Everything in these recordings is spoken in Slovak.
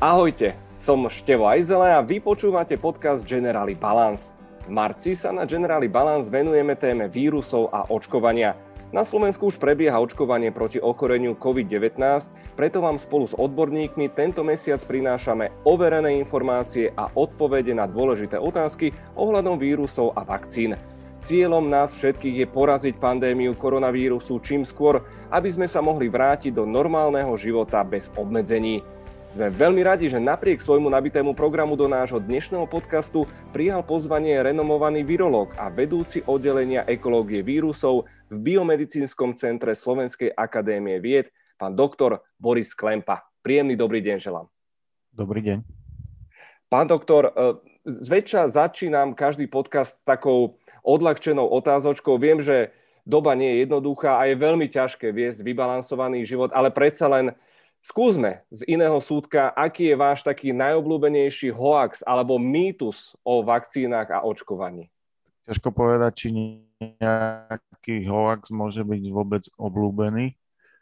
Ahojte, som Števo Ajzele a vy počúvate podcast Generali Balance. V marci sa na Generali Balance venujeme téme vírusov a očkovania. Na Slovensku už prebieha očkovanie proti ochoreniu COVID-19, preto vám spolu s odborníkmi tento mesiac prinášame overené informácie a odpovede na dôležité otázky ohľadom vírusov a vakcín. Cieľom nás všetkých je poraziť pandémiu koronavírusu čím skôr, aby sme sa mohli vrátiť do normálneho života bez obmedzení. Sme veľmi radi, že napriek svojmu nabitému programu do nášho dnešného podcastu prijal pozvanie renomovaný virológ a vedúci oddelenia ekológie vírusov v Biomedicínskom centre Slovenskej akadémie vied, pán doktor Boris Klempa. Príjemný dobrý deň želám. Dobrý deň. Pán doktor, zväčša začínam každý podcast takou odľahčenou otázočkou. Viem, že doba nie je jednoduchá a je veľmi ťažké viesť vybalansovaný život, ale predsa len skúsme z iného súdka, aký je váš taký najobľúbenejší hoax alebo mýtus o vakcínach a očkovaní. Ťažko povedať, či nejaký hoax môže byť vôbec obľúbený.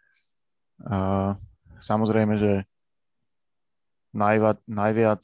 Samozrejme, že najviac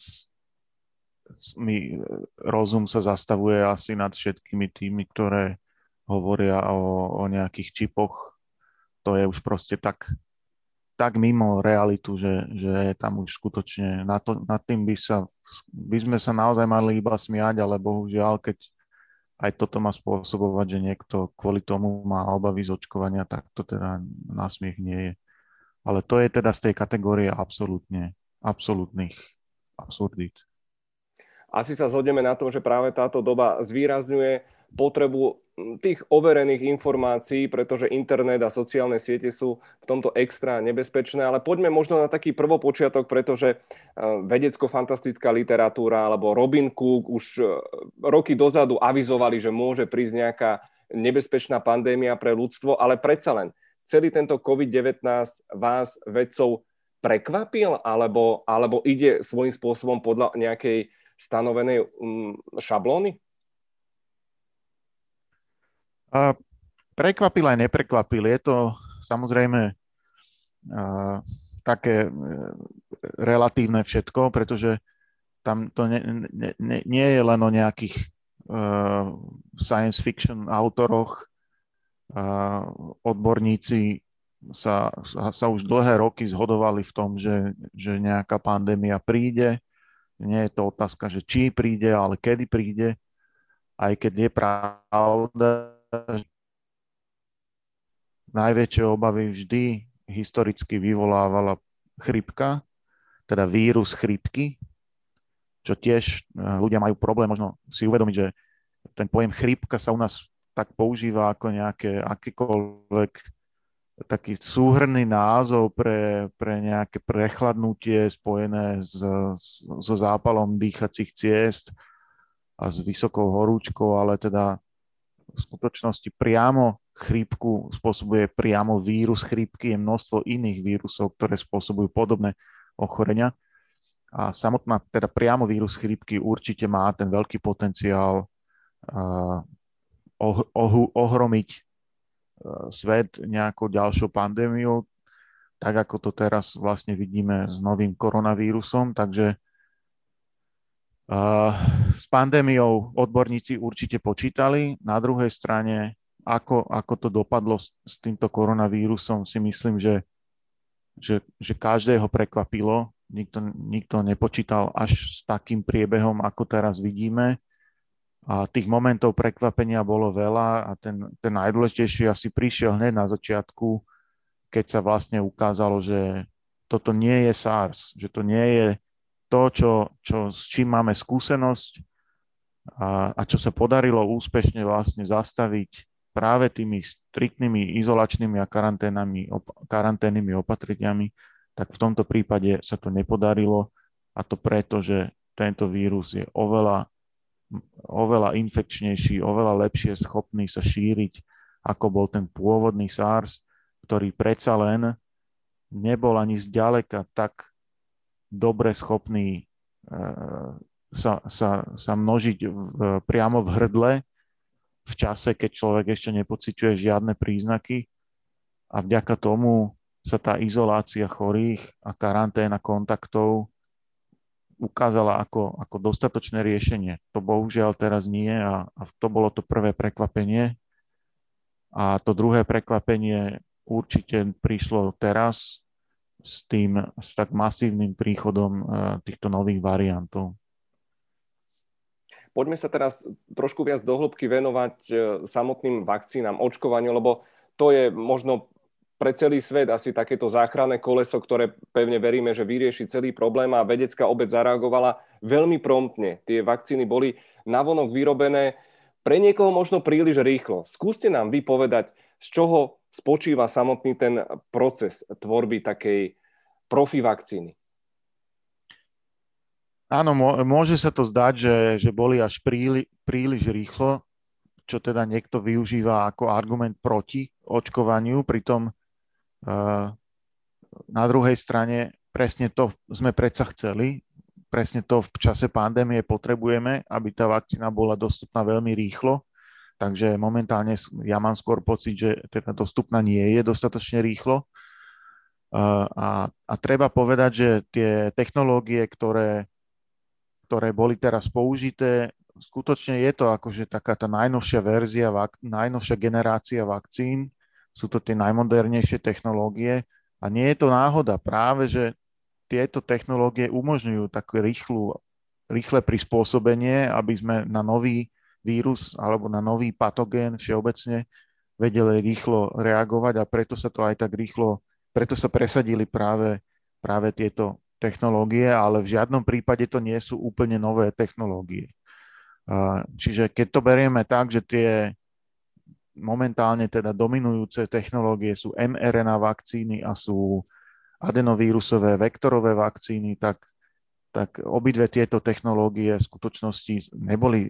mi rozum sa zastavuje asi nad všetkými tými, ktoré hovoria o nejakých čipoch. To je už proste tak mimo realitu, že tam už skutočne nad tým by sme sa naozaj mali iba smiať, ale bohužiaľ, keď aj toto má spôsobovať, že niekto kvôli tomu má obavy z očkovania, tak to teda na smiech nie je. Ale to je teda z tej kategórie absolútnych absurdít. Asi sa zhodneme na tom, že práve táto doba zvýrazňuje potrebu tých overených informácií, pretože internet a sociálne siete sú v tomto extra nebezpečné, ale poďme možno na taký prvopočiatok, pretože vedecko-fantastická literatúra alebo Robin Cook už roky dozadu avizovali, že môže prísť nejaká nebezpečná pandémia pre ľudstvo, ale predsa len celý tento COVID-19 vás vedcov prekvapil alebo ide svojím spôsobom podľa nejakej stanovenej šablóny? Prekvapil aj neprekvapil. Je to samozrejme také relatívne všetko, pretože tam to nie je len o nejakých science fiction autoroch. Odborníci sa už dlhé roky zhodovali v tom, že nejaká pandémia príde. Nie je to otázka, že či príde, ale kedy príde. Aj keď je pravda, najväčšie obavy vždy historicky vyvolávala chrípka, teda vírus chrípky, čo tiež ľudia majú problém možno si uvedomiť, že ten pojem chrípka sa u nás tak používa ako akýkoľvek taký súhrnný názov pre nejaké prechladnutie spojené so zápalom dýchacích ciest a s vysokou horúčkou, ale teda v skutočnosti priamo chrípku spôsobuje priamo vírus chrípky, je množstvo iných vírusov, ktoré spôsobujú podobné ochorenia. A samotná teda priamo vírus chrípky určite má ten veľký potenciál ohromiť svet nejakou ďalšou pandémiou, tak ako to teraz vlastne vidíme s novým koronavírusom. Takže s pandémiou odborníci určite počítali. Na druhej strane, ako to dopadlo s týmto koronavírusom, si myslím, že každého prekvapilo. Nikto nepočítal až s takým priebehom, ako teraz vidíme. A tých momentov prekvapenia bolo veľa a ten najdôležitejší asi prišiel hneď na začiatku, keď sa vlastne ukázalo, že toto nie je SARS, že to nie je to, s čím máme skúsenosť a čo sa podarilo úspešne vlastne zastaviť práve tými striktnými izolačnými a karanténnymi opatreniami, tak v tomto prípade sa to nepodarilo, a to preto, že tento vírus je oveľa infekčnejší, oveľa lepšie schopný sa šíriť, ako bol ten pôvodný SARS, ktorý predsa len nebol ani zďaleka tak dobre schopný sa množiť priamo v hrdle v čase, keď človek ešte nepociťuje žiadne príznaky, a vďaka tomu sa tá izolácia chorých a karanténa kontaktov ukázala ako dostatočné riešenie. To bohužiaľ teraz nie a to bolo to prvé prekvapenie. A to druhé prekvapenie určite prišlo teraz s tak masívnym príchodom týchto nových variantov. Poďme sa teraz trošku viac do hĺbky venovať samotným vakcínám, očkovaniu, lebo to je možno pre celý svet asi takéto záchranné koleso, ktoré pevne veríme, že vyrieši celý problém, a vedecká obec zareagovala veľmi promptne. Tie vakcíny boli navonok vyrobené pre niekoho možno príliš rýchlo. Skúste nám vy povedať, z čoho spočíva samotný ten proces tvorby takej profi vakcíny. Áno, môže sa to zdať, že boli až príliš rýchlo, čo teda niekto využíva ako argument proti očkovaniu. Pritom na druhej strane presne to sme predsa chceli. Presne to v čase pandémie potrebujeme, aby tá vakcína bola dostupná veľmi rýchlo. Takže momentálne ja mám skôr pocit, že teda dostupná nie je dostatočne rýchlo. A treba povedať, že tie technológie, ktoré boli teraz použité, skutočne je to akože taká tá najnovšia verzia, najnovšia generácia vakcín, sú to tie najmodernejšie technológie a nie je to náhoda, práve že tieto technológie umožňujú také rýchle prispôsobenie, aby sme na nový vírus alebo na nový patogén všeobecne vedeli rýchlo reagovať, a preto sa to aj tak rýchlo, preto sa presadili práve tieto technológie, ale v žiadnom prípade to nie sú úplne nové technológie. Čiže keď to berieme tak, že tie momentálne teda dominujúce technológie sú mRNA vakcíny a sú adenovírusové vektorové vakcíny, tak obidve tieto technológie v skutočnosti neboli,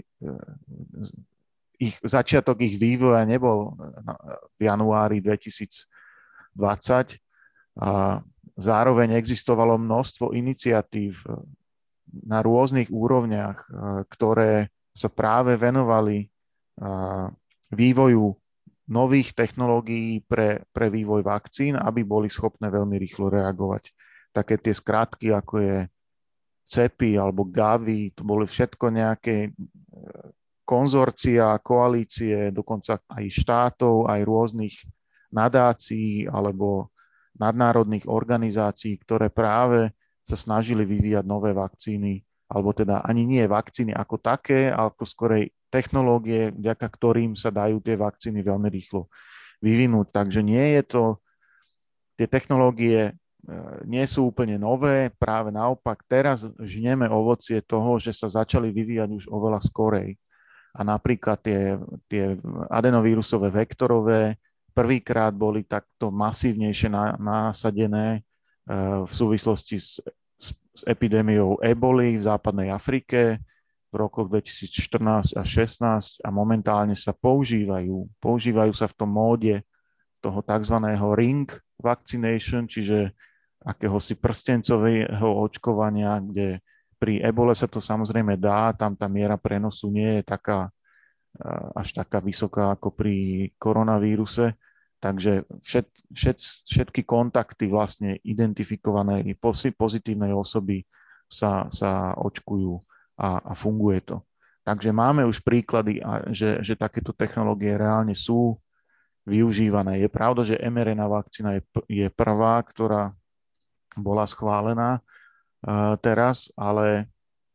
začiatok ich vývoja nebol v januári 2020 a zároveň existovalo množstvo iniciatív na rôznych úrovniach, ktoré sa práve venovali vývoju nových technológií pre vývoj vakcín, aby boli schopné veľmi rýchlo reagovať. Také tie skratky, ako je CEPI alebo Gavi, to boli všetko nejaké konzorcia, koalície, dokonca aj štátov, aj rôznych nadácií alebo nadnárodných organizácií, ktoré práve sa snažili vyvíjať nové vakcíny, alebo teda ani nie vakcíny ako také, ale ako skorej technológie, vďaka ktorým sa dajú tie vakcíny veľmi rýchlo vyvinúť. Takže tie technológie nie sú úplne nové, práve naopak teraz žneme ovocie toho, že sa začali vyvíjať už oveľa skorej. A napríklad tie adenovírusové vektorové prvýkrát boli takto masívnejšie nasadené v súvislosti s epidémiou eboli v západnej Afrike v rokoch 2014 a 2016 a momentálne sa používajú sa v tom móde toho tzv. Ring vaccination, čiže akéhosi prstencového očkovania, kde pri ebole sa to samozrejme dá, tam tá miera prenosu nie je až taká vysoká ako pri koronavíruse. Takže všetky kontakty vlastne identifikované pozitívnej osoby sa očkujú a funguje to. Takže máme už príklady, že takéto technológie reálne sú využívané. Je pravda, že mRNA vakcína je prvá, ktorá bola schválená teraz, ale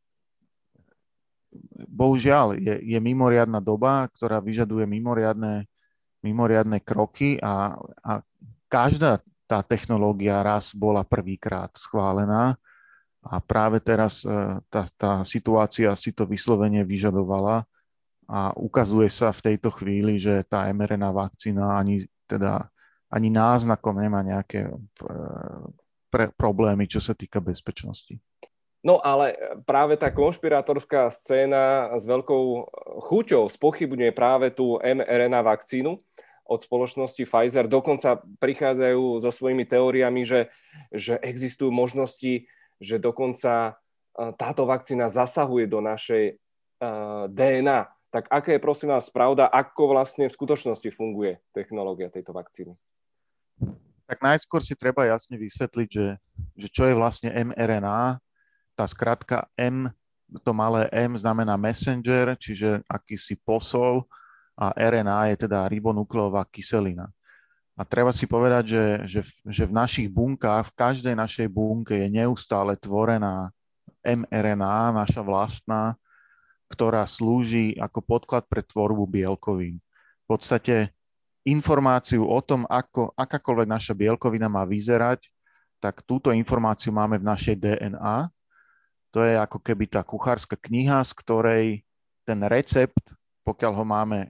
bohužiaľ je mimoriadna doba, ktorá vyžaduje mimoriadne kroky a každá tá technológia raz bola prvýkrát schválená a práve teraz tá situácia si to vyslovene vyžadovala a ukazuje sa v tejto chvíli, že tá mRNA vakcína ani náznakom nemá nejaké problémy, čo sa týka bezpečnosti. No ale práve tá konšpirátorská scéna s veľkou chuťou spochybňuje práve tú mRNA vakcínu od spoločnosti Pfizer. Dokonca prichádzajú so svojimi teóriami, že existujú možnosti, že dokonca táto vakcína zasahuje do našej DNA. Tak aká je, prosím vás, pravda, ako vlastne v skutočnosti funguje technológia tejto vakcíny? Tak najskôr si treba jasne vysvetliť, že čo je vlastne mRNA. tá skratka M, to malé M znamená messenger, čiže akýsi posol, a RNA je teda ribonukleová kyselina. A treba si povedať, že v našich bunkách, v každej našej bunke je neustále tvorená mRNA, naša vlastná, ktorá slúži ako podklad pre tvorbu bielkovín. V podstate informáciu o tom, ako akákoľvek naša bielkovina má vyzerať, tak túto informáciu máme v našej DNA. To je ako keby tá kuchárska kniha, z ktorej ten recept, pokiaľ ho máme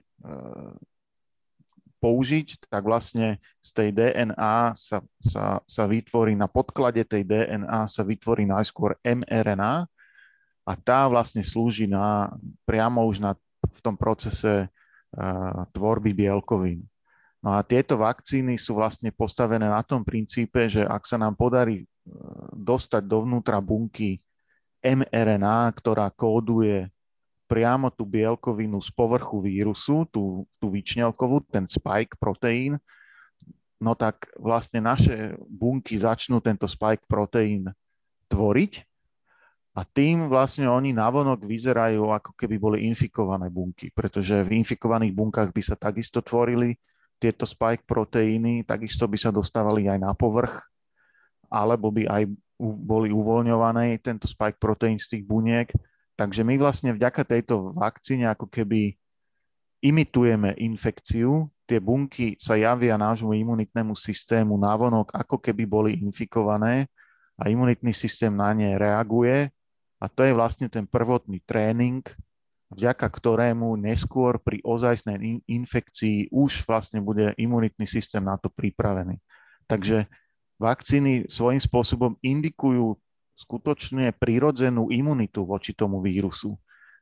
použiť, tak vlastne z tej DNA sa vytvorí, na podklade tej DNA sa vytvorí najskôr mRNA a tá vlastne slúži priamo už v tom procese tvorby bielkovín. No a tieto vakcíny sú vlastne postavené na tom princípe, že ak sa nám podarí dostať dovnútra bunky mRNA, ktorá kóduje priamo tú bielkovinu z povrchu vírusu, tú vyčňelkovú, ten spike proteín, no tak vlastne naše bunky začnú tento spike proteín tvoriť a tým vlastne oni navonok vyzerajú, ako keby boli infikované bunky, pretože v infikovaných bunkách by sa takisto tvorili tieto spike proteíny, takisto by sa dostávali aj na povrch, alebo by aj boli uvoľňované tento spike proteín z tých buniek. Takže my vlastne vďaka tejto vakcíne ako keby imitujeme infekciu, tie bunky sa javia nášmu imunitnému systému navonok, ako keby boli infikované a imunitný systém na ne reaguje a to je vlastne ten prvotný tréning, vďaka ktorému neskôr pri ozajstnej infekcii už vlastne bude imunitný systém na to pripravený. Takže vakcíny svojím spôsobom indikujú skutočne prirodzenú imunitu voči tomu vírusu.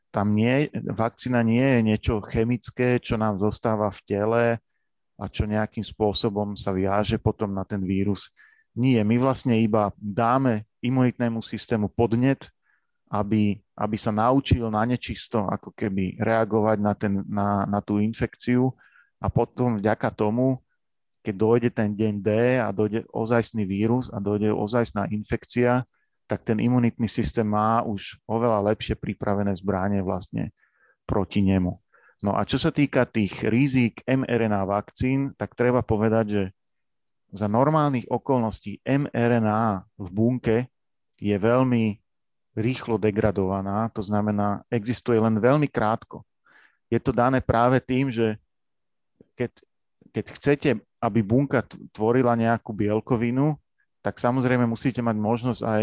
Vakcína nie je niečo chemické, čo nám zostáva v tele a čo nejakým spôsobom sa viaže potom na ten vírus. Nie, my vlastne iba dáme imunitnému systému podnet, aby sa naučil na nečisto ako keby reagovať na tú infekciu a potom vďaka tomu, keď dojde ten deň D a dojde ozajstný vírus a dojde ozajstná infekcia, tak ten imunitný systém má už oveľa lepšie pripravené zbranie vlastne proti nemu. No a čo sa týka tých rizík mRNA vakcín, tak treba povedať, že za normálnych okolností mRNA v bunke je veľmi rýchlo degradovaná, to znamená, existuje len veľmi krátko. Je to dané práve tým, že keď chcete, aby bunka tvorila nejakú bielkovinu, tak samozrejme musíte mať možnosť aj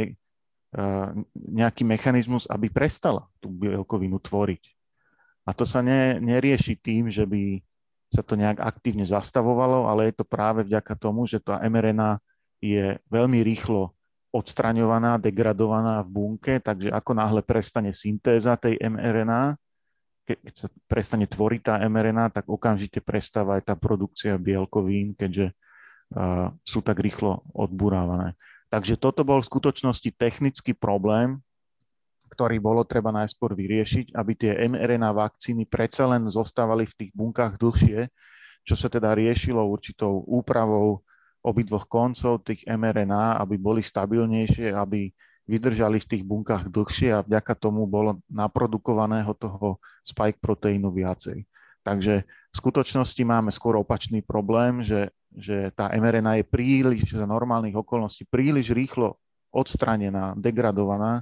nejaký mechanizmus, aby prestala tú bielkovinu tvoriť. A to sa nerieši tým, že by sa to nejak aktívne zastavovalo, ale je to práve vďaka tomu, že tá mRNA je veľmi rýchlo odstraňovaná, degradovaná v bunke, takže ako náhle prestane syntéza tej mRNA, keď sa prestane tvoriť tá mRNA, tak okamžite prestáva aj tá produkcia bielkovín, keďže sú tak rýchlo odburávané. Takže toto bol v skutočnosti technický problém, ktorý bolo treba najskôr vyriešiť, aby tie mRNA vakcíny predsa len zostávali v tých bunkách dlhšie, čo sa teda riešilo určitou úpravou obidvoch koncov tých mRNA, aby boli stabilnejšie, aby vydržali v tých bunkách dlhšie a vďaka tomu bolo naprodukovaného toho spike proteínu viacej. Takže v skutočnosti máme skôr opačný problém, že tá mRNA je príliš za normálnych okolností príliš rýchlo odstranená, degradovaná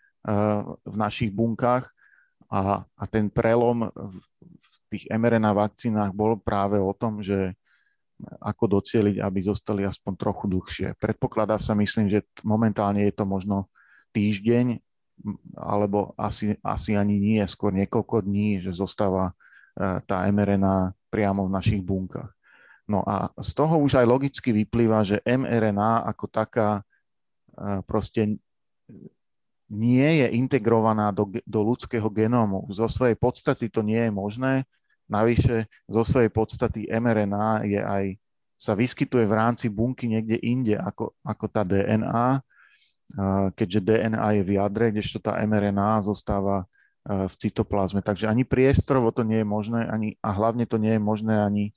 v našich bunkách a ten prelom v tých mRNA vakcínach bol práve o tom, že ako docieliť, aby zostali aspoň trochu dlhšie. Predpokladá sa, myslím, že momentálne je to možno týždeň, alebo asi ani nie, skôr niekoľko dní, že zostáva tá mRNA priamo v našich bunkách. No a z toho už aj logicky vyplýva, že mRNA ako taká proste nie je integrovaná do ľudského genómu. Zo svojej podstaty to nie je možné. Navyše zo svojej podstaty mRNA sa vyskytuje v rámci bunky niekde inde ako tá DNA, keďže DNA je v jadre, kdežto tá mRNA zostáva v cytoplazme. Takže ani priestorovo to nie je možné, a hlavne to nie je možné ani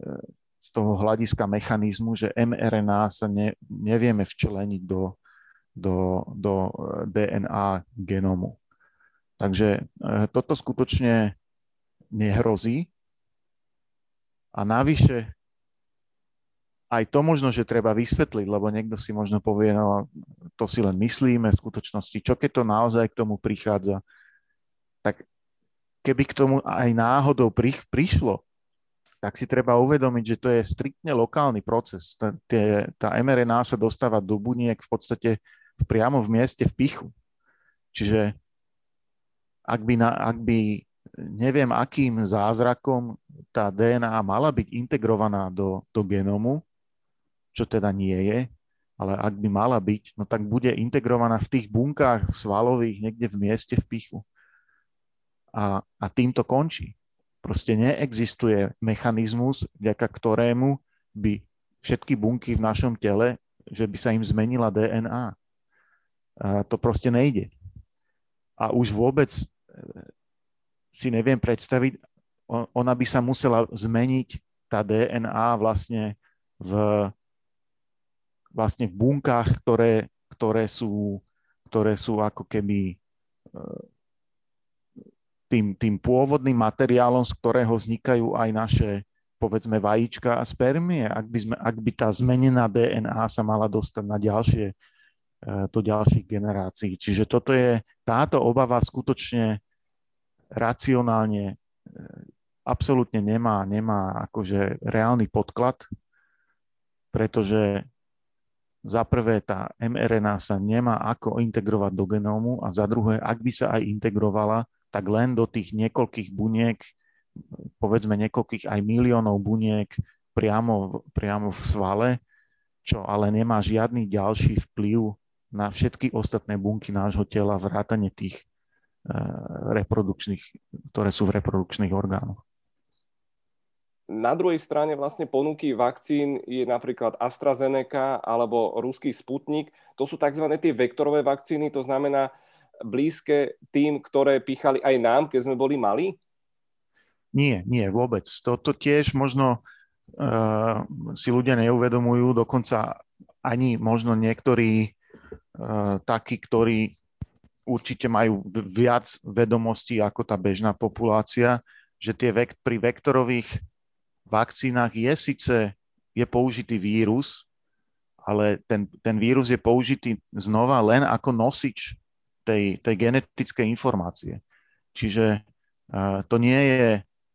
z toho hľadiska mechanizmu, že mRNA sa nevieme včleniť do DNA genómu. Takže toto skutočne nehrozí. A navyše aj to možno, že treba vysvetliť, lebo niekto si možno povie, no to si len myslíme v skutočnosti, čo keď to naozaj k tomu prichádza. Tak keby k tomu aj náhodou prišlo, tak si treba uvedomiť, že to je striktne lokálny proces. Tá mRNA sa dostáva do buniek v podstate priamo v mieste v pichu. Čiže ak by neviem akým zázrakom tá DNA mala byť integrovaná do genómu, čo teda nie je, ale ak by mala byť, no tak bude integrovaná v tých bunkách svalových niekde v mieste v pichu. A tým to končí. Proste neexistuje mechanizmus, vďaka ktorému by všetky bunky v našom tele, že by sa im zmenila DNA. A to proste nejde. A už vôbec si neviem predstaviť, ona by sa musela zmeniť, tá DNA vlastne v bunkách, ktoré sú ako keby tým pôvodným materiálom, z ktorého vznikajú aj naše, povedzme, vajíčka a spermie. Ak by tá zmenená DNA sa mala dostať na do ďalších generácií. Čiže táto obava skutočne racionálne absolútne nemá akože reálny podklad, pretože za prvé tá mRNA sa nemá ako integrovať do genómu a za druhé, ak by sa aj integrovala, tak len do tých niekoľkých buniek, povedzme niekoľkých aj miliónov buniek priamo v svale, čo ale nemá žiadny ďalší vplyv na všetky ostatné bunky nášho tela, vrátane tých reprodukčných, ktoré sú v reprodukčných orgánoch. Na druhej strane vlastne ponuky vakcín je napríklad AstraZeneca alebo ruský Sputnik. To sú tzv. Tie vektorové vakcíny, to znamená blízke tým, ktoré píchali aj nám, keď sme boli malí? Nie, vôbec. Toto tiež možno si ľudia neuvedomujú, dokonca ani možno niektorí takí, ktorí určite majú viac vedomostí ako tá bežná populácia, že pri vektorových vakcínach je použitý vírus, ale ten vírus je použitý znova len ako nosič tej genetickej informácie. Čiže to nie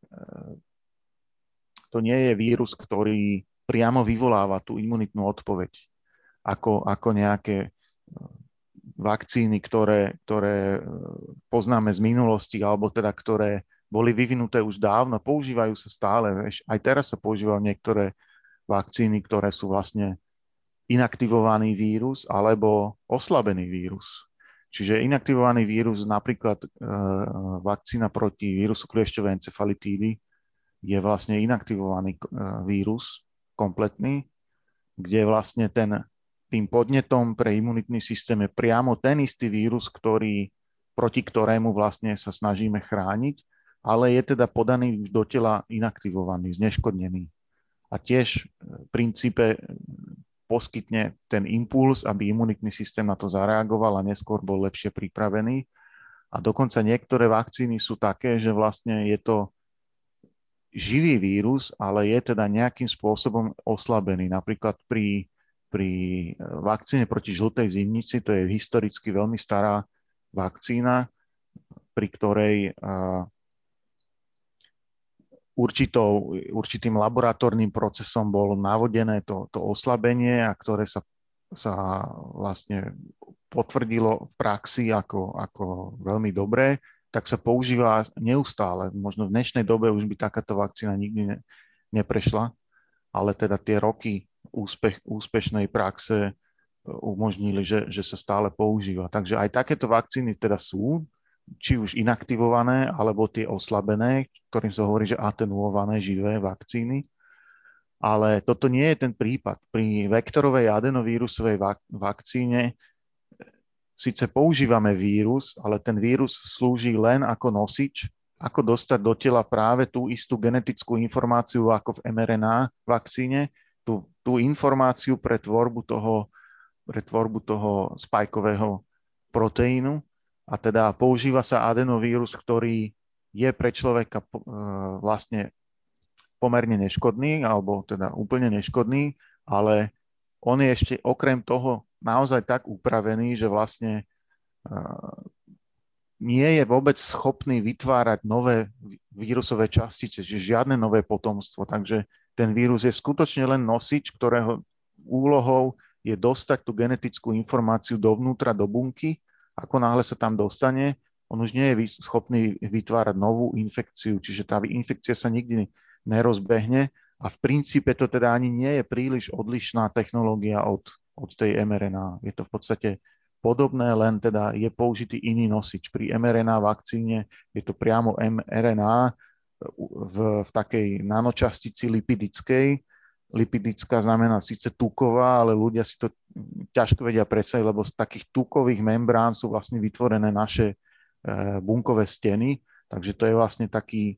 je vírus, ktorý priamo vyvoláva tú imunitnú odpoveď, ako nejaké vakcíny, ktoré poznáme z minulosti, alebo teda ktoré boli vyvinuté už dávno, používajú sa stále. Aj teraz sa používajú niektoré vakcíny, ktoré sú vlastne inaktivovaný vírus alebo oslabený vírus. Čiže inaktivovaný vírus, napríklad vakcína proti vírusu kliešťovej encefalitídy, je vlastne inaktivovaný vírus kompletný, kde vlastne tým podnetom pre imunitný systém je priamo ten istý vírus, proti ktorému vlastne sa snažíme chrániť, ale je teda podaný už do tela inaktivovaný, zneškodnený. A tiež v princípe poskytne ten impuls, aby imunitný systém na to zareagoval a neskôr bol lepšie pripravený. A dokonca niektoré vakcíny sú také, že vlastne je to živý vírus, ale je teda nejakým spôsobom oslabený. Napríklad pri vakcíne proti žltej zimnici, to je historicky veľmi stará vakcína, pri ktorej určitým laboratórnym procesom bolo navodené to oslabenie, a ktoré sa vlastne potvrdilo v praxi ako veľmi dobré, tak sa používa neustále. Možno v dnešnej dobe už by takáto vakcína nikdy neprešla, ale teda tie roky úspešnej praxe umožnili, že sa stále používa. Takže aj takéto vakcíny teda sú, či už inaktivované, alebo tie oslabené, ktorým sa hovorí, že atenuované živé vakcíny. Ale toto nie je ten prípad. Pri vektorovej adenovírusovej vakcíne síce používame vírus, ale ten vírus slúži len ako nosič, ako dostať do tela práve tú istú genetickú informáciu ako v mRNA vakcíne, tú informáciu pre tvorbu toho pre tvorbu toho spajkového proteínu. A teda používa sa adenovírus, ktorý je pre človeka vlastne pomerne neškodný, alebo teda úplne neškodný, ale on je ešte okrem toho naozaj tak upravený, že vlastne nie je vôbec schopný vytvárať nové vírusové častice, čiže žiadne nové potomstvo. Takže ten vírus je skutočne len nosič, ktorého úlohou je dostať tú genetickú informáciu dovnútra, do bunky. Ako náhle sa tam dostane, on už nie je schopný vytvárať novú infekciu, čiže tá infekcia sa nikdy nerozbehne a v princípe to teda ani nie je príliš odlišná technológia od tej mRNA. Je to v podstate podobné, len teda je použitý iný nosič. Pri mRNA vakcíne je to priamo mRNA v takej nanočastici lipidickej. Lipidická znamená síce tuková, ale ľudia si to ťažko vedia predstaviť, lebo z takých tukových membrán sú vlastne vytvorené naše bunkové steny, takže to je vlastne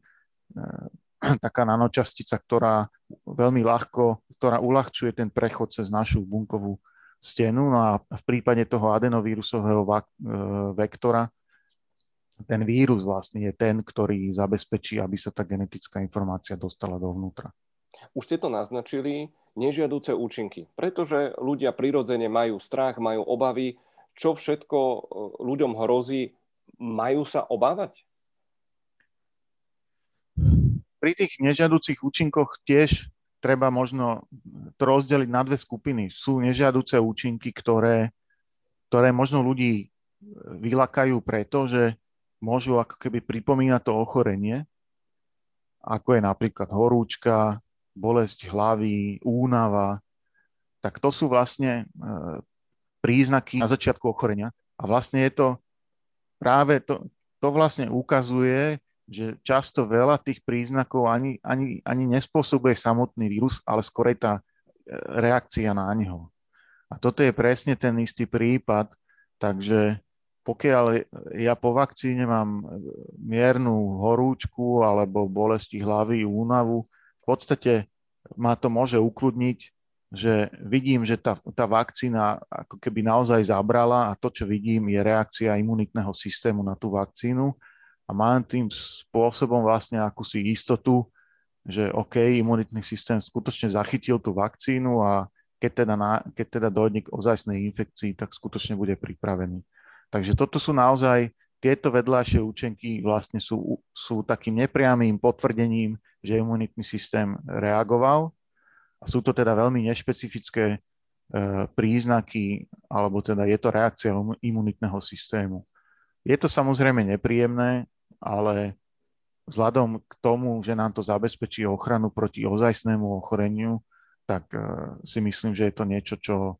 taká nanočastica, ktorá veľmi ľahko, ktorá uľahčuje ten prechod cez našu bunkovú stenu. No a v prípade toho adenovírusového vektora ten vírus vlastne je ten, ktorý zabezpečí, aby sa tá genetická informácia dostala dovnútra. Už ste to naznačili, nežiaduce účinky, pretože ľudia prirodzene majú strach, majú obavy, čo všetko ľuďom hrozí, majú sa obávať? Pri tých nežiaducich účinkoch tiež treba možno to rozdeliť na dve skupiny. Sú nežiaduce účinky, ktoré možno ľudí vylakajú preto, že môžu ako keby pripomínať to ochorenie, ako je napríklad horúčka, bolesť hlavy, únava. Tak to sú vlastne príznaky na začiatku ochorenia. A vlastne je to práve to vlastne ukazuje, že často veľa tých príznakov ani nespôsobuje samotný vírus, ale skôr tá reakcia na neho. A toto je presne ten istý prípad, takže pokiaľ ja po vakcíne mám miernu horúčku alebo bolesti hlavy, únavu, v podstate ma to môže ukludniť, že vidím, že tá vakcína ako keby naozaj zabrala a to, čo vidím, je reakcia imunitného systému na tú vakcínu a mám tým spôsobom vlastne akúsi istotu, že OK, imunitný systém skutočne zachytil tú vakcínu a keď teda dojde k ozajstnej infekcii, tak skutočne bude pripravený. Takže toto sú naozaj, tieto vedľajšie účinky vlastne sú takým nepriamým potvrdením, že imunitný systém reagoval. A sú to teda veľmi nešpecifické príznaky, alebo teda je to reakcia imunitného systému. Je to samozrejme nepríjemné, ale vzhľadom k tomu, že nám to zabezpečí ochranu proti ozajstnému ochoreniu, tak si myslím, že je to niečo,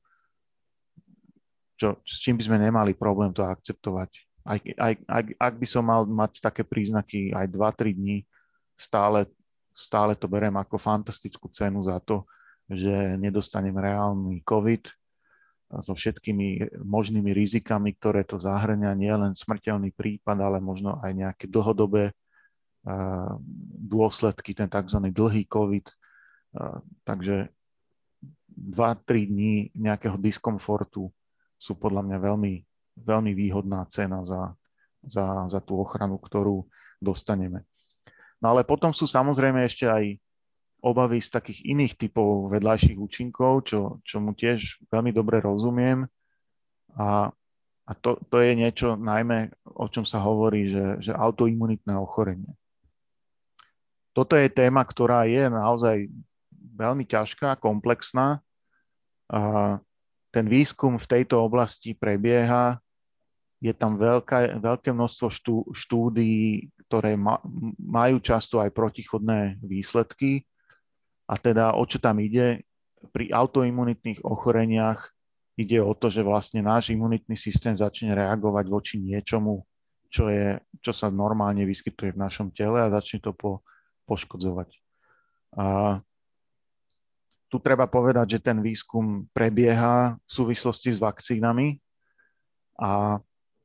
s čím by sme nemali problém to akceptovať. Ak by som mal mať také príznaky aj 2-3 dní, stále to beriem ako fantastickú cenu za to, že nedostanem reálny COVID so všetkými možnými rizikami, ktoré to zahŕňa, nie len smrteľný prípad, ale možno aj nejaké dlhodobé dôsledky, ten tzv. Dlhý COVID. Takže 2-3 dní nejakého diskomfortu sú podľa mňa veľmi, veľmi výhodná cena za tú ochranu, ktorú dostaneme. No ale potom sú samozrejme ešte aj obavy z takých iných typov vedľajších účinkov, čo mu tiež veľmi dobre rozumiem. A to je niečo najmä, o čom sa hovorí, že autoimunitné ochorenie. Toto je téma, ktorá je naozaj veľmi ťažká, komplexná. A ten výskum v tejto oblasti prebieha. Je tam veľké množstvo štúdií, ktoré majú často aj protichodné výsledky. A teda o čo tam ide? Pri autoimunitných ochoreniach ide o to, že vlastne náš imunitný systém začne reagovať voči niečomu, čo sa normálne vyskytuje v našom tele a začne to poškodzovať. A tu treba povedať, že ten výskum prebieha v súvislosti s vakcínami a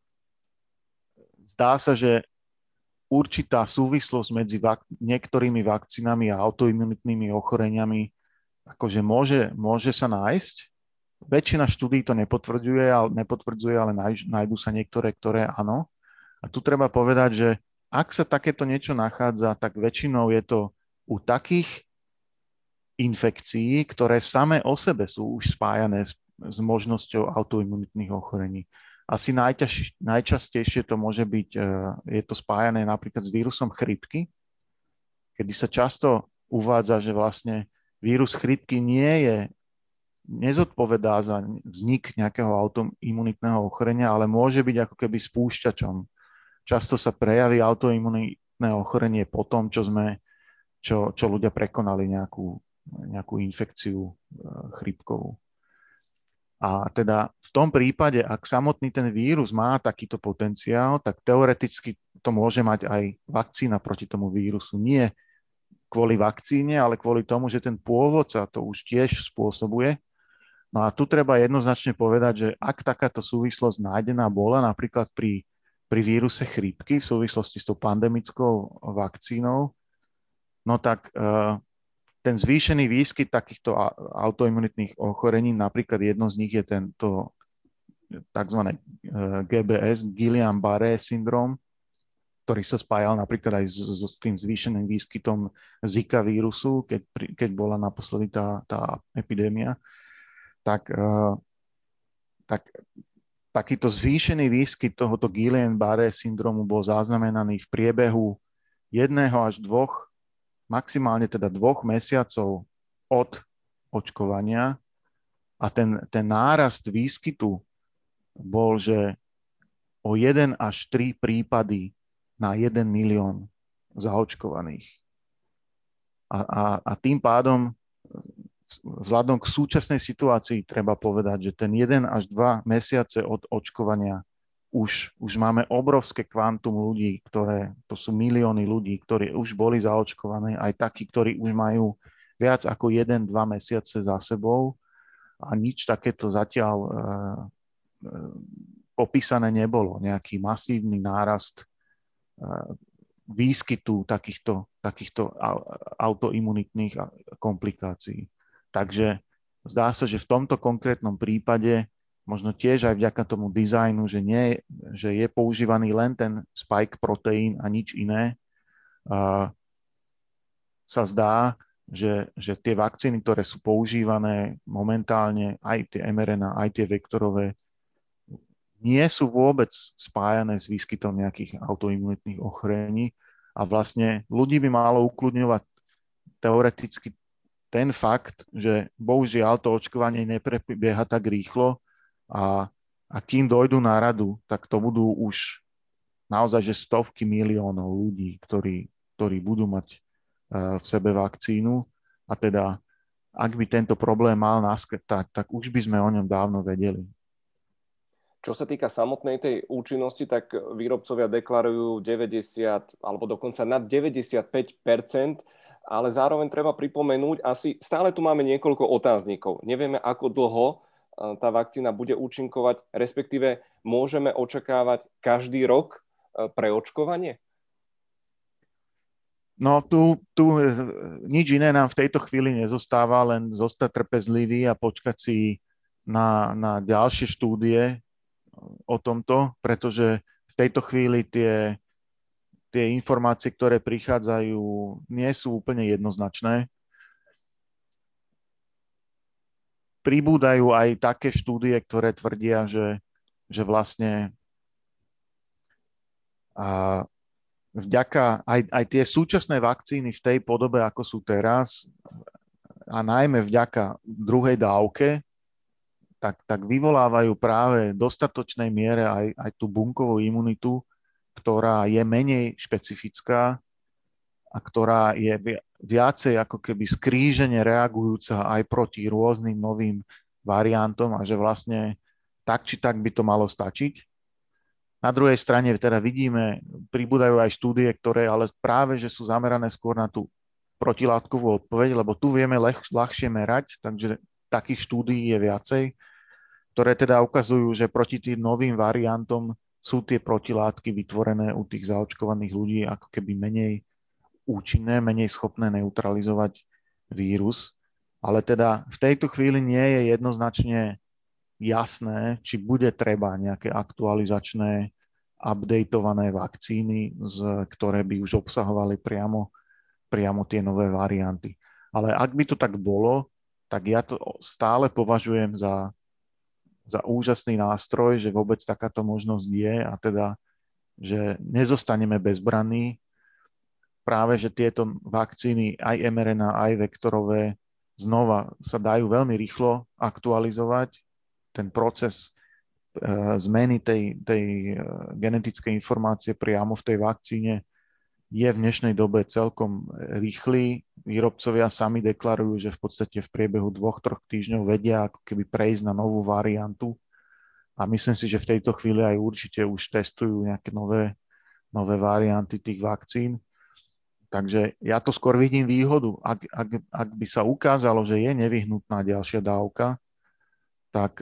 zdá sa, že určitá súvislosť medzi niektorými vakcínami a autoimunitnými ochoreniami akože môže sa nájsť, väčšina štúdií to nepotvrdzuje, ale nájdú sa niektoré, ktoré áno. A tu treba povedať, že ak sa takéto niečo nachádza, tak väčšinou je to u takých infekcií, ktoré samé o sebe sú už spájané s možnosťou autoimunitných ochorení. Asi najčastejšie to môže byť, je to spájané napríklad s vírusom chrípky, kedy sa často uvádza, že vlastne vírus chrípky nezodpovedá za vznik nejakého autoimunitného ochorenia, ale môže byť ako keby spúšťačom. Často sa prejaví autoimunitné ochorenie po tom, čo ľudia prekonali nejakú infekciu chrípkovú. A teda v tom prípade, ak samotný ten vírus má takýto potenciál, tak teoreticky to môže mať aj vakcína proti tomu vírusu. Nie kvôli vakcíne, ale kvôli tomu, že ten pôvodca to už tiež spôsobuje. No a tu treba jednoznačne povedať, že ak takáto súvislosť nájdená bola napríklad pri víruse chrípky v súvislosti s tou pandemickou vakcínou, no tak ten zvýšený výskyt takýchto autoimunitných ochorení, napríklad jedno z nich je tento tzv. GBS, Guillain-Barré syndrom, ktorý sa spájal napríklad aj s tým zvýšeným výskytom Zika vírusu, keď bola naposledy tá epidémia. Tak takýto zvýšený výskyt tohoto Guillain-Barré syndromu bol zaznamenaný v priebehu 1 až 2, maximálne teda 2 mesiacov od očkovania a ten nárast výskytu bol, že o 1 až 3 prípady na 1 milión zaočkovaných. A tým pádom vzhľadom k súčasnej situácii treba povedať, že ten 1 až 2 mesiace od očkovania už máme obrovské kvantum ľudí, to sú milióny ľudí, ktorí už boli zaočkovaní, aj takí, ktorí už majú viac ako 1-2 mesiace za sebou a nič takéto zatiaľ popísané nebolo. Nejaký masívny nárast výskytu takýchto autoimunitných komplikácií. Takže zdá sa, že v tomto konkrétnom prípade možno tiež aj vďaka tomu dizajnu, že je používaný len ten spike proteín a nič iné, sa zdá, že tie vakcíny, ktoré sú používané momentálne, aj tie mRNA, aj tie vektorové, nie sú vôbec spájané s výskytom nejakých autoimunitných ochorení a vlastne ľudí by malo ukľudňovať teoreticky ten fakt, že bohužiaľ to očkovanie neprebieha tak rýchlo a kým dojdú na radu, tak to budú už naozaj že stovky miliónov ľudí, ktorí budú mať v sebe vakcínu a teda ak by tento problém mal naskrtať, tak už by sme o ňom dávno vedeli. Čo sa týka samotnej tej účinnosti, tak výrobcovia deklarujú 90 alebo dokonca nad 95%, ale zároveň treba pripomenúť, asi stále tu máme niekoľko otáznikov. Nevieme, ako dlho tá vakcína bude účinkovať, respektíve môžeme očakávať každý rok preočkovanie? No tu nič iné nám v tejto chvíli nezostáva, len zostať trpezlivý a počkať si na ďalšie štúdie o tomto, pretože v tejto chvíli tie informácie, ktoré prichádzajú, nie sú úplne jednoznačné. Pribúdajú aj také štúdie, ktoré tvrdia, že vlastne vďaka aj tie súčasné vakcíny v tej podobe, ako sú teraz, a najmä vďaka druhej dávke, tak vyvolávajú práve v dostatočnej miere aj tú bunkovú imunitu, ktorá je menej špecifická a ktorá je viacej ako keby skrížene reagujúca aj proti rôznym novým variantom a že vlastne tak či tak by to malo stačiť. Na druhej strane teda vidíme, pribúdajú aj štúdie, ktoré ale práve že sú zamerané skôr na tú protilátkovú odpoveď, lebo tu vieme ľahšie merať, takže takých štúdií je viacej, ktoré teda ukazujú, že proti tým novým variantom sú tie protilátky vytvorené u tých zaočkovaných ľudí ako keby menej účinné, menej schopné neutralizovať vírus. Ale teda v tejto chvíli nie je jednoznačne jasné, či bude treba nejaké aktualizačné, updateované vakcíny, ktoré by už obsahovali priamo tie nové varianty. Ale ak by to tak bolo, tak ja to stále považujem za úžasný nástroj, že vôbec takáto možnosť je a teda, že nezostaneme bezbranní. Práve, že tieto vakcíny, aj mRNA, aj vektorové, znova sa dajú veľmi rýchlo aktualizovať. Ten proces zmeny tej genetickej informácie priamo v tej vakcíne je v dnešnej dobe celkom rýchly. Výrobcovia sami deklarujú, že v podstate v priebehu 2-3 týždňov vedia ako keby prejsť na novú variantu. A myslím si, že v tejto chvíli aj určite už testujú nejaké nové varianty tých vakcín. Takže ja to skôr vidím výhodu. Ak by sa ukázalo, že je nevyhnutná ďalšia dávka, tak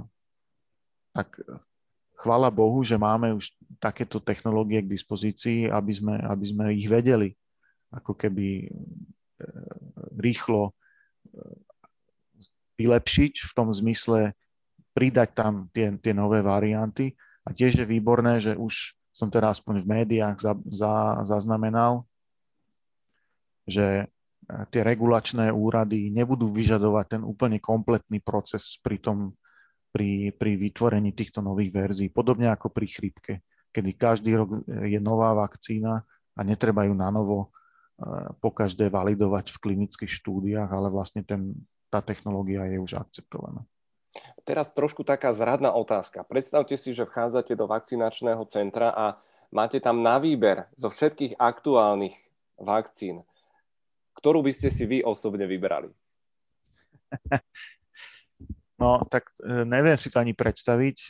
chvála Bohu, že máme už takéto technológie k dispozícii, aby sme ich vedeli ako keby rýchlo vylepšiť v tom zmysle pridať tam tie nové varianty. A tiež je výborné, že už som teda aspoň v médiách zaznamenal, že tie regulačné úrady nebudú vyžadovať ten úplne kompletný proces pri vytvorení týchto nových verzií. Podobne ako pri chrípke, kedy každý rok je nová vakcína a netreba ju nanovo pokaždé validovať v klinických štúdiách, ale vlastne tá technológia je už akceptovaná. Teraz trošku taká zradná otázka. Predstavte si, že vchádzate do vakcinačného centra a máte tam na výber zo všetkých aktuálnych vakcín. Ktorú by ste si vy osobne vybrali? No, tak neviem si to ani predstaviť.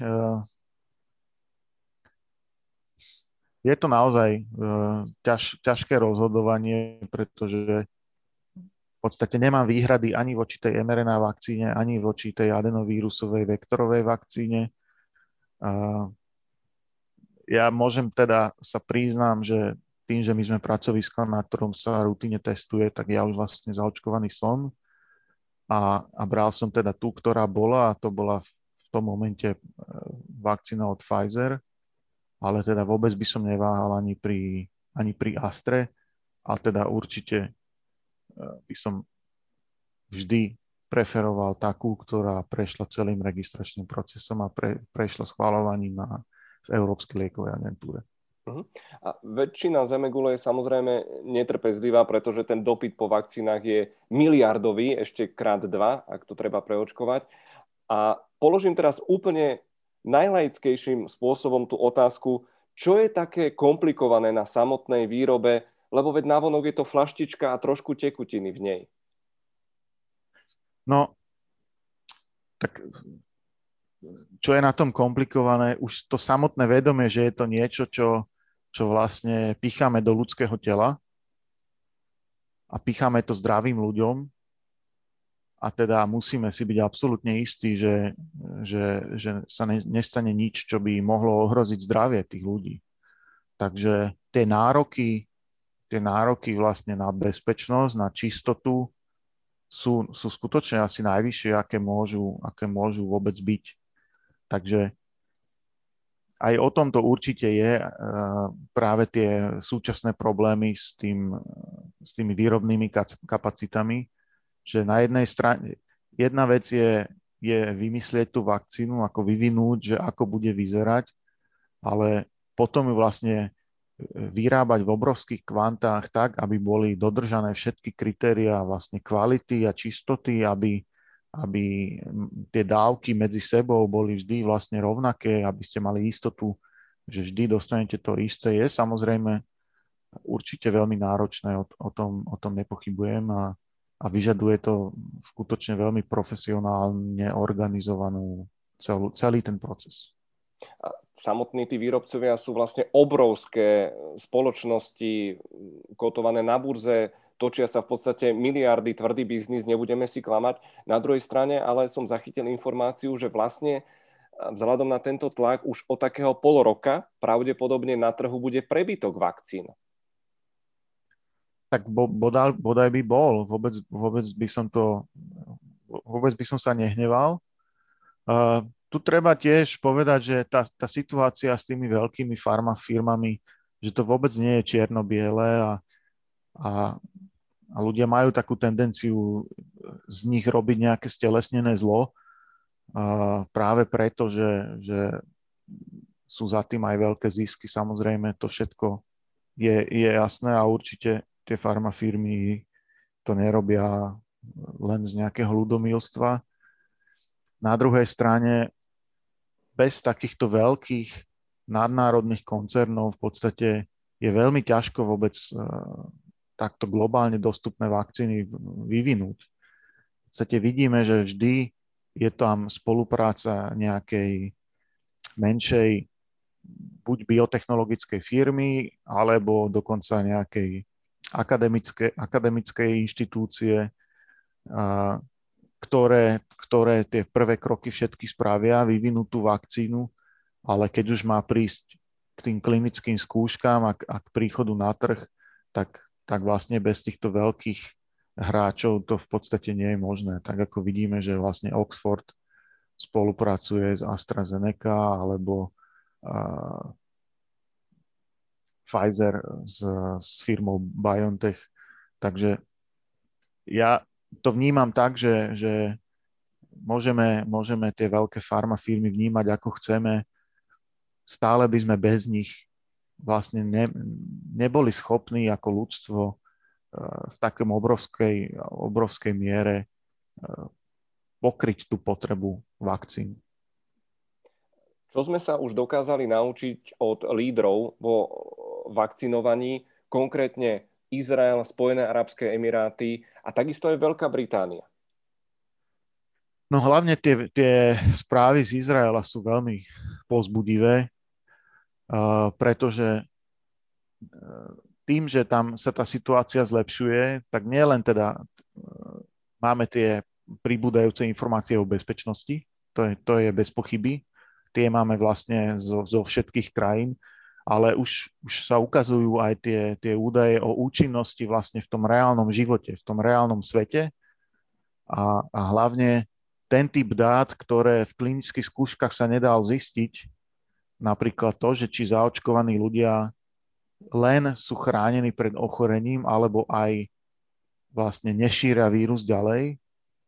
Je to naozaj ťažké rozhodovanie, pretože v podstate nemám výhrady ani voči tej mRNA vakcíne, ani voči tej adenovírusovej vektorovej vakcíne. Ja môžem teda sa priznám, že tým, že my sme pracovisko, na ktorom sa rutine testuje, tak ja už vlastne zaočkovaný som a bral som teda tú, ktorá bola, a to bola v tom momente vakcína od Pfizer, ale teda vôbec by som neváhal ani pri Astre, a teda určite by som vždy preferoval takú, ktorá prešla celým registračným procesom a prešla schvaľovaním v Európskej liekovej agentúre. A väčšina zemegule je samozrejme netrpezlivá, pretože ten dopyt po vakcínach je miliardový, ešte krát 2, ak to treba preočkovať. A položím teraz úplne najlaickejším spôsobom tú otázku, čo je také komplikované na samotnej výrobe, lebo veď navonok je to flaštička a trošku tekutiny v nej. No, tak čo je na tom komplikované? Už to samotné vedomie, že je to niečo, čo vlastne picháme do ľudského tela a picháme to zdravým ľuďom a teda musíme si byť absolútne istí, že sa nestane nič, čo by mohlo ohroziť zdravie tých ľudí. Takže tie nároky vlastne na bezpečnosť, na čistotu sú skutočne asi najvyššie, aké môžu vôbec byť. Takže aj o tom to určite je práve tie súčasné problémy s tými výrobnými kapacitami, že na jednej strane jedna vec je vymyslieť tú vakcínu, ako vyvinúť, že ako bude vyzerať, ale potom ju vlastne vyrábať v obrovských kvantách tak, aby boli dodržané všetky kritériá vlastne kvality a čistoty, aby tie dávky medzi sebou boli vždy vlastne rovnaké, aby ste mali istotu, že vždy dostanete to isté, je samozrejme určite veľmi náročné, o tom nepochybujem a vyžaduje to skutočne veľmi profesionálne organizovanú celý ten proces. A samotní tí výrobcovia sú vlastne obrovské spoločnosti kotované na burze, točia sa v podstate miliardy, tvrdý biznis, nebudeme si klamať. Na druhej strane ale som zachytil informáciu, že vlastne vzhľadom na tento tlak už od takého pol roka pravdepodobne na trhu bude prebytok vakcín. Tak bodaj by bol. Vôbec by som sa nehneval. tu treba tiež povedať, že tá situácia s tými veľkými farmafirmami, že to vôbec nie je čierno-biele a, a ľudia majú takú tendenciu z nich robiť nejaké stelesnené zlo, práve preto, že sú za tým aj veľké zisky. Samozrejme, to všetko je jasné a určite tie farmafirmy to nerobia len z nejakého ľudomilstva. Na druhej strane, bez takýchto veľkých nadnárodných koncernov v podstate je veľmi ťažko vôbec takto globálne dostupné vakcíny vyvinúť. V podstate vidíme, že vždy je tam spolupráca nejakej menšej buď biotechnologickej firmy, alebo dokonca nejakej akademickej inštitúcie, ktoré tie prvé kroky všetky spravia, vyvinú tú vakcínu, ale keď už má prísť k tým klinickým skúškám a k príchodu na trh, tak vlastne bez týchto veľkých hráčov to v podstate nie je možné. Tak ako vidíme, že vlastne Oxford spolupracuje s AstraZeneca alebo Pfizer s firmou BioNTech. Takže ja to vnímam tak, že môžeme tie veľké farmafirmy vnímať ako chceme. Stále by sme bez nich vlastne neboli schopní ako ľudstvo v takom obrovskej miere pokryť tú potrebu vakcín. Čo sme sa už dokázali naučiť od lídrov vo vakcinovaní, konkrétne Izrael, Spojené arabské emiráty a takisto aj Veľká Británia? No hlavne tie správy z Izraela sú veľmi povzbudivé, pretože tým, že tam sa tá situácia zlepšuje, tak nielen teda máme tie pribúdajúce informácie o bezpečnosti, to je bez pochyby, tie máme vlastne zo všetkých krajín, ale už sa ukazujú aj tie údaje o účinnosti vlastne v tom reálnom živote, v tom reálnom svete a hlavne ten typ dát, ktoré v klinických skúškach sa nedal zistiť, napríklad to, že či zaočkovaní ľudia len sú chránení pred ochorením alebo aj vlastne nešíria vírus ďalej,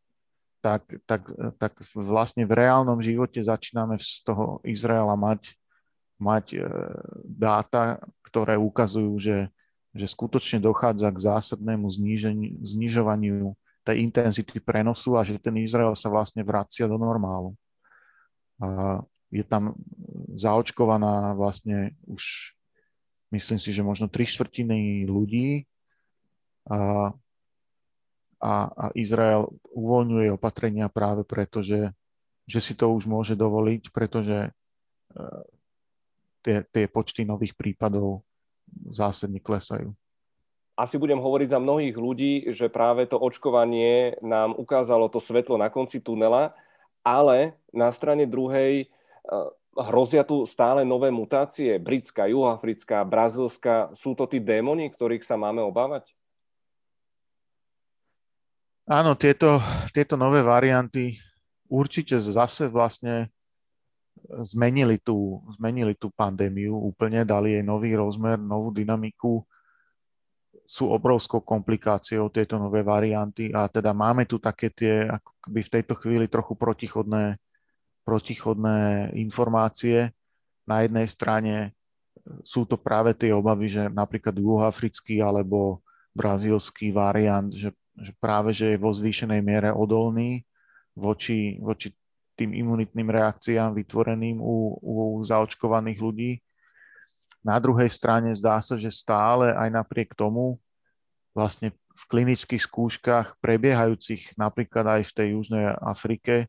tak vlastne v reálnom živote začíname z toho Izraela mať dáta, ktoré ukazujú, že skutočne dochádza k zásadnému znižovaniu tej intenzity prenosu a že ten Izrael sa vlastne vracia do normálu. Je tam zaočkovaná vlastne už, myslím si, že možno 3/4 ľudí a Izrael uvoľňuje opatrenia práve preto, že si to už môže dovoliť, pretože tie počty nových prípadov zásadne klesajú. Asi budem hovoriť za mnohých ľudí, že práve to očkovanie nám ukázalo to svetlo na konci tunela, ale na strane druhej hrozia tu stále nové mutácie. Britská, juhoafrická, brazílska. Sú to tí démoni, ktorých sa máme obávať? Áno, tieto nové varianty určite zase vlastne zmenili tú pandémiu úplne, dali jej nový rozmer, novú dynamiku. Sú obrovskou komplikáciou tieto nové varianty a teda máme tu také tie, akoby v tejto chvíli trochu protichodné informácie. Na jednej strane sú to práve tie obavy, že napríklad juhoafrický alebo brazílsky variant, že práve že je vo zvýšenej miere odolný voči tým imunitným reakciám vytvoreným u zaočkovaných ľudí. Na druhej strane zdá sa, že stále aj napriek tomu vlastne v klinických skúškach prebiehajúcich napríklad aj v tej Južnej Afrike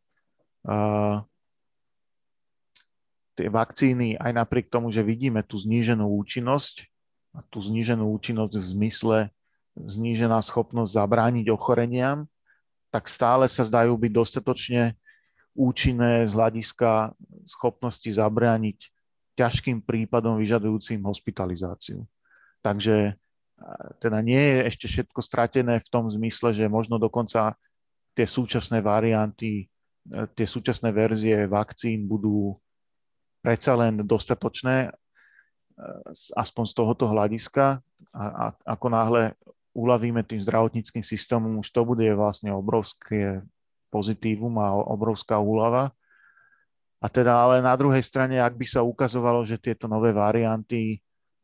tie vakcíny, aj napriek tomu, že vidíme tú zníženú účinnosť, a tú zníženú účinnosť v zmysle znížená schopnosť zabrániť ochoreniam, tak stále sa zdajú byť dostatočne účinné z hľadiska schopnosti zabrániť ťažkým prípadom vyžadujúcim hospitalizáciu. Takže teda nie je ešte všetko stratené v tom zmysle, že možno dokonca tie súčasné varianty tie súčasné verzie vakcín budú predsa len dostatočné, aspoň z tohoto hľadiska. A ako náhle uľavíme tým zdravotníckym systémom, už to bude vlastne obrovské pozitívum a obrovská úľava. A teda ale na druhej strane, ak by sa ukazovalo, že tieto nové varianty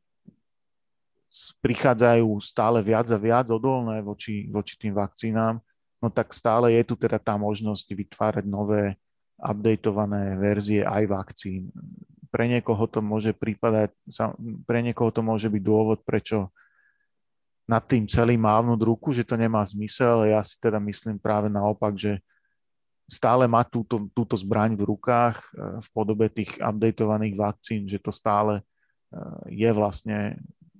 prichádzajú stále viac a viac odolné voči tým vakcínám, no tak stále je tu teda tá možnosť vytvárať nové updateované verzie aj vakcín. Pre niekoho to môže byť dôvod, prečo nad tým celým mávnuť ruku, že to nemá zmysel. Ja si teda myslím práve naopak, že stále má túto zbraň v rukách v podobe tých updateovaných vakcín, že to stále je vlastne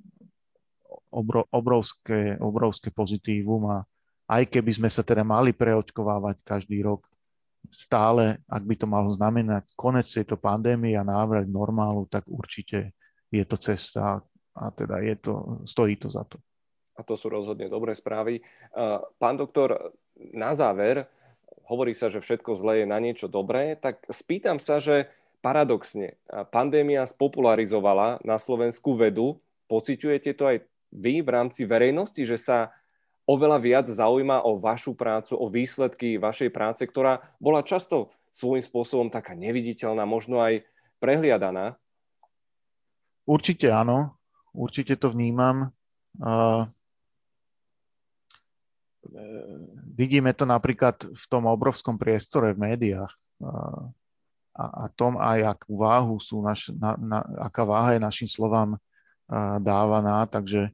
obrovské pozitívum a aj keby sme sa teda mali preočkovávať každý rok, stále, ak by to malo znamenať konec tejto pandémie a návrat normálu, tak určite je to cesta a teda stojí to za to. A to sú rozhodne dobré správy. Pán doktor, na záver, hovorí sa, že všetko zlé je na niečo dobré, tak spýtam sa, že paradoxne, pandémia spopularizovala na Slovensku vedu. Pociťujete to aj vy v rámci verejnosti, že sa oveľa viac zaujíma o vašu prácu, o výsledky vašej práce, ktorá bola často svojím spôsobom taká neviditeľná, možno aj prehliadaná? Určite áno, určite to vnímam. Vidíme to napríklad v tom obrovskom priestore v médiách a tom aj aká váha je našim slovám dávaná, takže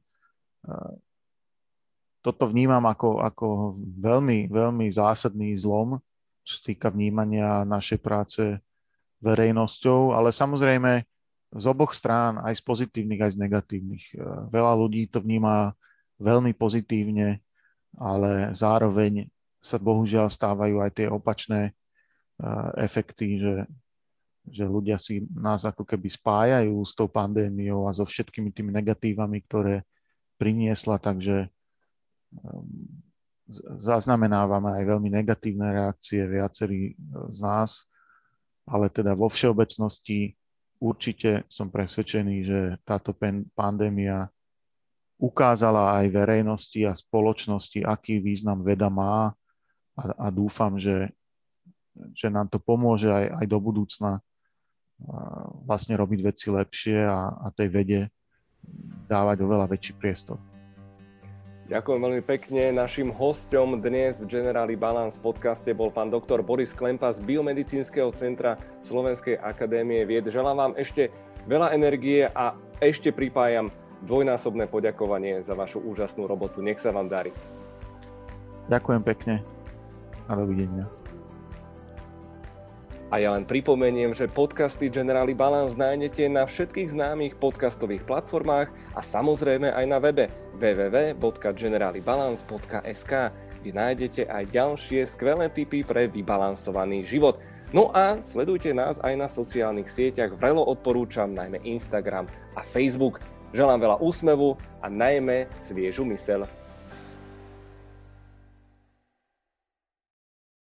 toto vnímam ako veľmi, veľmi zásadný zlom, čo sa týka vnímania našej práce verejnosťou, ale samozrejme z oboch strán, aj z pozitívnych, aj z negatívnych. Veľa ľudí to vníma veľmi pozitívne, ale zároveň sa bohužiaľ stávajú aj tie opačné efekty, že ľudia si nás ako keby spájajú s tou pandémiou a so všetkými tými negatívami, ktoré priniesla, takže zaznamenávame aj veľmi negatívne reakcie viacerí z nás, ale teda vo všeobecnosti určite som presvedčený, že táto pandémia ukázala aj verejnosti a spoločnosti, aký význam veda má a dúfam, že nám to pomôže aj do budúcna vlastne robiť veci lepšie a tej vede dávať oveľa väčší priestor. Ďakujem veľmi pekne. Naším hosťom dnes v Generali Balance podcaste bol pán doktor Boris Klempa z Biomedicínskeho centra Slovenskej akadémie vied. Želám vám ešte veľa energie a ešte pripájam dvojnásobné poďakovanie za vašu úžasnú robotu. Nech sa vám darí. Ďakujem pekne a dovidenia. A ja len pripomeniem, že podcasty Generali Balance nájdete na všetkých známych podcastových platformách a samozrejme aj na webe www.generalibalance.sk, kde nájdete aj ďalšie skvelé tipy pre vybalansovaný život. No a sledujte nás aj na sociálnych sieťach, vrelo odporúčam najmä Instagram a Facebook. Želám veľa úsmevu a najmä sviežu myseľ.